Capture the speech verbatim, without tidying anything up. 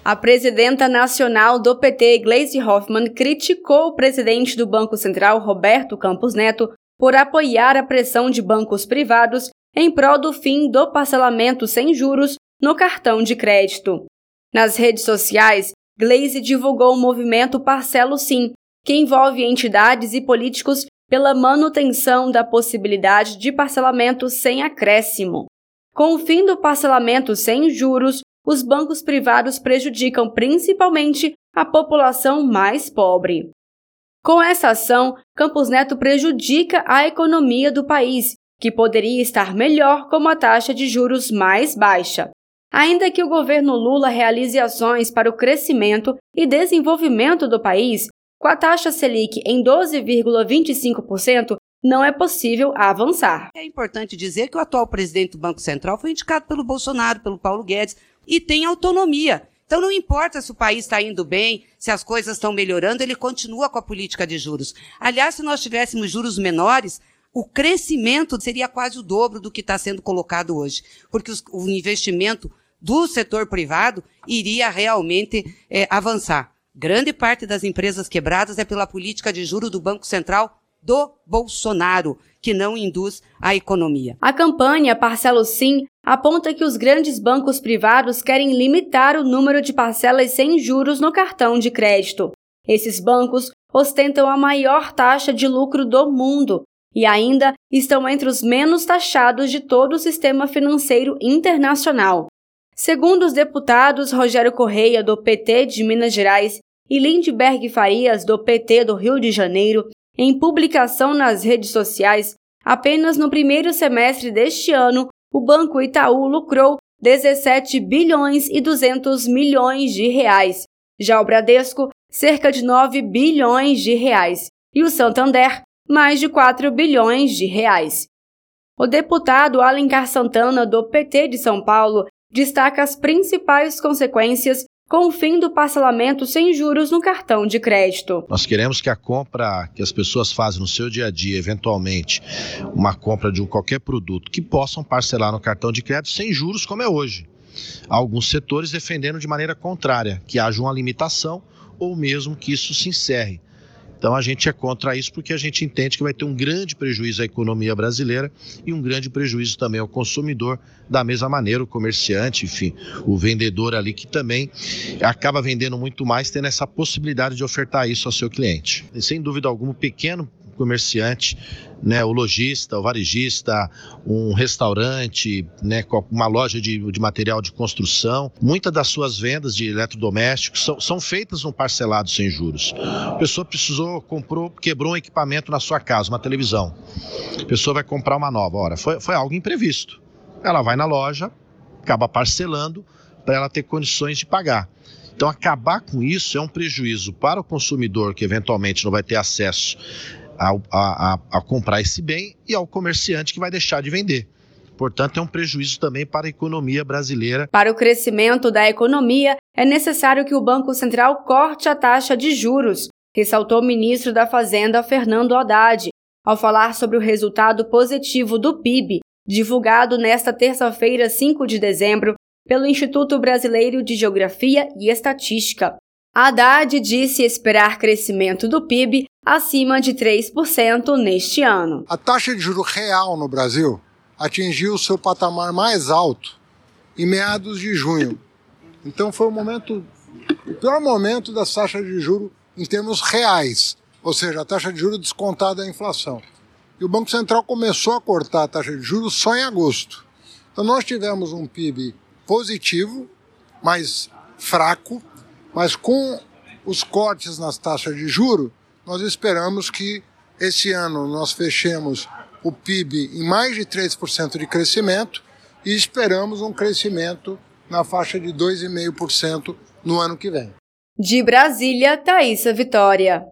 A presidenta nacional do P T, Gleisi Hoffmann, criticou o presidente do Banco Central, Roberto Campos Neto, por apoiar a pressão de bancos privados em prol do fim do parcelamento sem juros no cartão de crédito. Nas redes sociais, Gleisi divulgou o movimento Parcelo Sim, que envolve entidades e políticos pela manutenção da possibilidade de parcelamento sem acréscimo. Com o fim do parcelamento sem juros, os bancos privados prejudicam principalmente a população mais pobre. Com essa ação, Campos Neto prejudica a economia do país, que poderia estar melhor com uma taxa de juros mais baixa. Ainda que o governo Lula realize ações para o crescimento e desenvolvimento do país, com a taxa Selic em doze vírgula vinte e cinco por cento, não é possível avançar. É importante dizer que o atual presidente do Banco Central foi indicado pelo Bolsonaro, pelo Paulo Guedes, e tem autonomia. Então não importa se o país está indo bem, se as coisas estão melhorando, ele continua com a política de juros. Aliás, se nós tivéssemos juros menores, o crescimento seria quase o dobro do que está sendo colocado hoje, porque os, o investimento do setor privado iria realmente é, avançar. Grande parte das empresas quebradas é pela política de juros do Banco Central do Bolsonaro, que não induz a economia. A campanha Parcelo Sim aponta que os grandes bancos privados querem limitar o número de parcelas sem juros no cartão de crédito. Esses bancos ostentam a maior taxa de lucro do mundo e ainda estão entre os menos taxados de todo o sistema financeiro internacional. Segundo os deputados Rogério Correia, do P T de Minas Gerais, e Lindbergh Farias, do P T do Rio de Janeiro, em publicação nas redes sociais, apenas no primeiro semestre deste ano, o Banco Itaú lucrou dezessete bilhões e duzentos milhões de reais. Já o Bradesco, cerca de nove bilhões de reais. E o Santander, mais de quatro bilhões de reais. O deputado Alencar Santana, do P T de São Paulo, destaca as principais consequências com o fim do parcelamento sem juros no cartão de crédito. Nós queremos que a compra que as pessoas fazem no seu dia a dia, eventualmente, uma compra de um qualquer produto, que possam parcelar no cartão de crédito sem juros, como é hoje. Há alguns setores defendendo de maneira contrária, que haja uma limitação ou mesmo que isso se encerre. Então a gente é contra isso porque a gente entende que vai ter um grande prejuízo à economia brasileira e um grande prejuízo também ao consumidor, da mesma maneira o comerciante, enfim, o vendedor ali que também acaba vendendo muito mais, tendo essa possibilidade de ofertar isso ao seu cliente. E, sem dúvida alguma, o pequeno comerciante, né, o lojista, o varejista, um restaurante, né, uma loja de, de material de construção, muitas das suas vendas de eletrodomésticos são, são feitas num parcelado sem juros. A pessoa precisou, comprou, quebrou um equipamento na sua casa, uma televisão. A pessoa vai comprar uma nova. Ora, foi, foi algo imprevisto. Ela vai na loja, acaba parcelando para ela ter condições de pagar. Então, acabar com isso é um prejuízo para o consumidor, que eventualmente não vai ter acesso A, a, a comprar esse bem, e ao comerciante, que vai deixar de vender. Portanto, é um prejuízo também para a economia brasileira. Para o crescimento da economia, é necessário que o Banco Central corte a taxa de juros, ressaltou o ministro da Fazenda, Fernando Haddad, ao falar sobre o resultado positivo do P I B, divulgado nesta terça-feira, cinco de dezembro, pelo Instituto Brasileiro de Geografia e Estatística. Haddad disse esperar crescimento do P I B acima de três por cento neste ano. A taxa de juros real no Brasil atingiu seu patamar mais alto em meados de junho. Então foi o momento, o pior momento da taxa de juros em termos reais, ou seja, a taxa de juros descontada da inflação. E o Banco Central começou a cortar a taxa de juros só em agosto. Então nós tivemos um P I B positivo, mas fraco, mas com os cortes nas taxas de juros, nós esperamos que esse ano nós fechemos o P I B em mais de três por cento de crescimento e esperamos um crescimento na faixa de dois vírgula cinco por cento no ano que vem. De Brasília, Thaísa Vitória.